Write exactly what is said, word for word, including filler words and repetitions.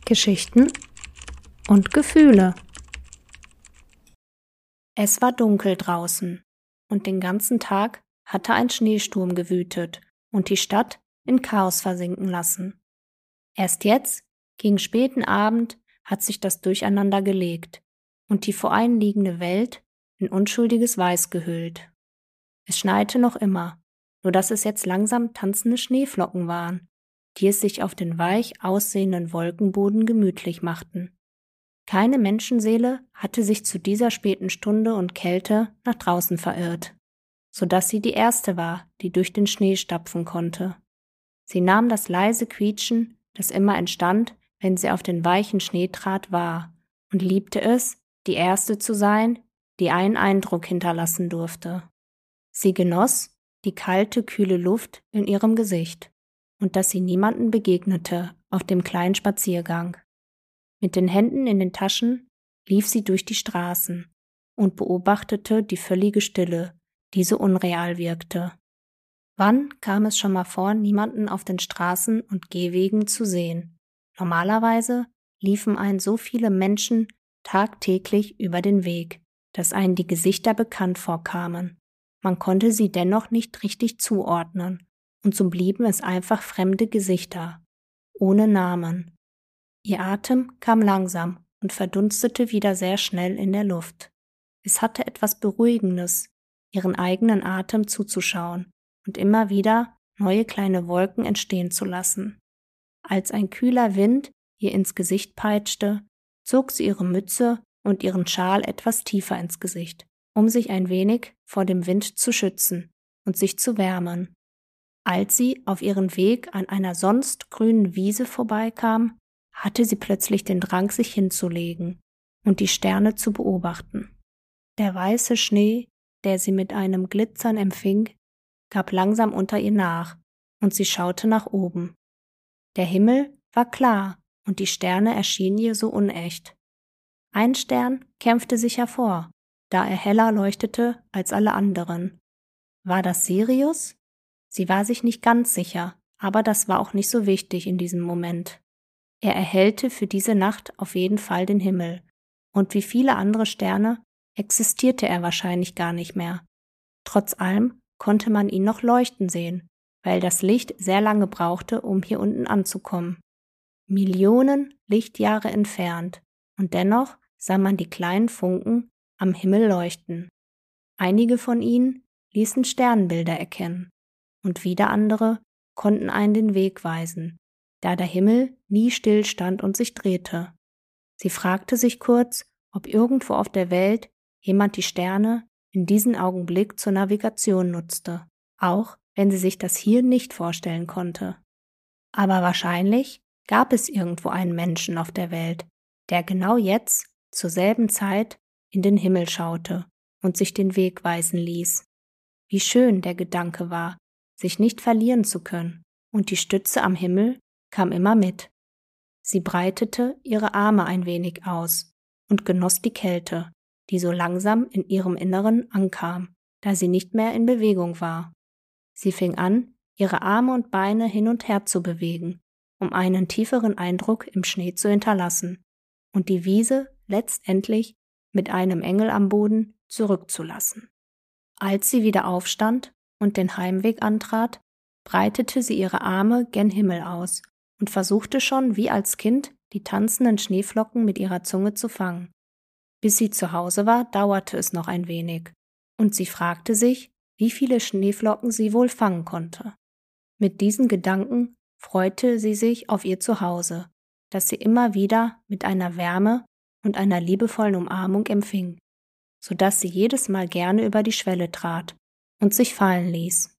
Geschichten und Gefühle. Es war dunkel draußen und den ganzen Tag hatte ein Schneesturm gewütet und die Stadt in Chaos versinken lassen. Erst jetzt, gegen späten Abend, hat sich das Durcheinander gelegt und die vor ihnen liegende Welt in unschuldiges Weiß gehüllt. Es schneite noch immer, nur dass es jetzt langsam tanzende Schneeflocken waren, die es sich auf den weich aussehenden Wolkenboden gemütlich machten. Keine Menschenseele hatte sich zu dieser späten Stunde und Kälte nach draußen verirrt, so dass sie die erste war, die durch den Schnee stapfen konnte. Sie nahm das leise Quietschen, das immer entstand, wenn sie auf den weichen Schnee trat, wahr und liebte es, die Erste zu sein, die einen Eindruck hinterlassen durfte. Sie genoss die kalte, kühle Luft in ihrem Gesicht und dass sie niemanden begegnete auf dem kleinen Spaziergang. Mit den Händen in den Taschen lief sie durch die Straßen und beobachtete die völlige Stille, die so unreal wirkte. Wann kam es schon mal vor, niemanden auf den Straßen und Gehwegen zu sehen? Normalerweise liefen einen so viele Menschen tagtäglich über den Weg, dass einen die Gesichter bekannt vorkamen. Man konnte sie dennoch nicht richtig zuordnen, und so blieben es einfach fremde Gesichter, ohne Namen. Ihr Atem kam langsam und verdunstete wieder sehr schnell in der Luft. Es hatte etwas Beruhigendes, ihren eigenen Atem zuzuschauen und immer wieder neue kleine Wolken entstehen zu lassen. Als ein kühler Wind ihr ins Gesicht peitschte, zog sie ihre Mütze und ihren Schal etwas tiefer ins Gesicht, um sich ein wenig vor dem Wind zu schützen und sich zu wärmen. Als sie auf ihren Weg an einer sonst grünen Wiese vorbeikam, hatte sie plötzlich den Drang, sich hinzulegen und die Sterne zu beobachten. Der weiße Schnee, der sie mit einem Glitzern empfing, gab langsam unter ihr nach, und sie schaute nach oben. Der Himmel war klar, und die Sterne erschienen ihr so unecht. Ein Stern kämpfte sich hervor, da er heller leuchtete als alle anderen. War das Sirius? Sie war sich nicht ganz sicher, aber das war auch nicht so wichtig in diesem Moment. Er erhellte für diese Nacht auf jeden Fall den Himmel, und wie viele andere Sterne existierte er wahrscheinlich gar nicht mehr. Trotz allem konnte man ihn noch leuchten sehen, weil das Licht sehr lange brauchte, um hier unten anzukommen. Millionen Lichtjahre entfernt, und dennoch sah man die kleinen Funken am Himmel leuchten. Einige von ihnen ließen Sternbilder erkennen, und wieder andere konnten einen den Weg weisen, da der Himmel nie stillstand und sich drehte. Sie fragte sich kurz, ob irgendwo auf der Welt jemand die Sterne in diesem Augenblick zur Navigation nutzte, auch wenn sie sich das hier nicht vorstellen konnte. Aber wahrscheinlich gab es irgendwo einen Menschen auf der Welt, der genau jetzt zur selben Zeit in den Himmel schaute und sich den Weg weisen ließ. Wie schön der Gedanke war, sich nicht verlieren zu können, und die Stütze am Himmel kam immer mit. Sie breitete ihre Arme ein wenig aus und genoss die Kälte, die so langsam in ihrem Inneren ankam, da sie nicht mehr in Bewegung war. Sie fing an, ihre Arme und Beine hin und her zu bewegen, um einen tieferen Eindruck im Schnee zu hinterlassen und die Wiese letztendlich mit einem Engel am Boden zurückzulassen. Als sie wieder aufstand und den Heimweg antrat, breitete sie ihre Arme gen Himmel aus und versuchte schon wie als Kind, die tanzenden Schneeflocken mit ihrer Zunge zu fangen. Bis sie zu Hause war, dauerte es noch ein wenig, und sie fragte sich, wie viele Schneeflocken sie wohl fangen konnte. Mit diesen Gedanken freute sie sich auf ihr Zuhause, das sie immer wieder mit einer Wärme und einer liebevollen Umarmung empfing, so dass sie jedes Mal gerne über die Schwelle trat und sich fallen ließ.